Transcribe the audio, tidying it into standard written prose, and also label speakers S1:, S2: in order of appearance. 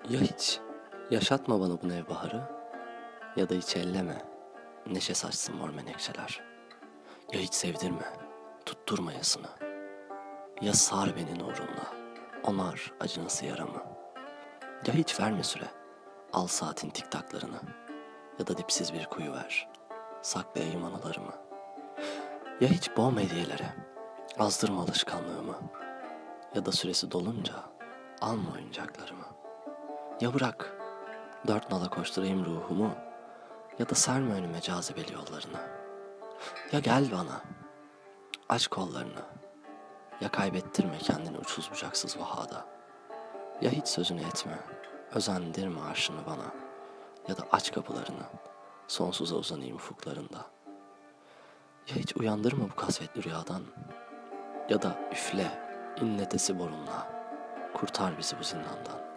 S1: Ya hiç yaşatma bana bu nevbaharı, ya da hiç elleme, neşe saçsın mor menekşeler. Ya hiç sevdirme, tutturma yasını. Ya sar beni nurunla, onar acınası yaramı. Ya hiç verme süre, al saatin tiktaklarını. Ya da dipsiz bir kuyu ver, saklayayım anılarımı. Ya hiç boğma hediyelere, azdırma alışkanlığımı. Ya da süresi dolunca alma oyuncaklarımı. Ya bırak, dört nala koşturayım ruhumu, ya da serme önüme cazibeli yollarını. Ya gel bana, aç kollarını, ya kaybettirme kendini uçsuz bucaksız vahada. Ya hiç sözünü etme, özendirme arşını bana, ya da aç kapılarını, sonsuza uzanayım ufuklarında. Ya hiç uyandırma bu kasvetli rüyadan, ya da üfle, inletesi borunla, kurtar bizi bu zindandan.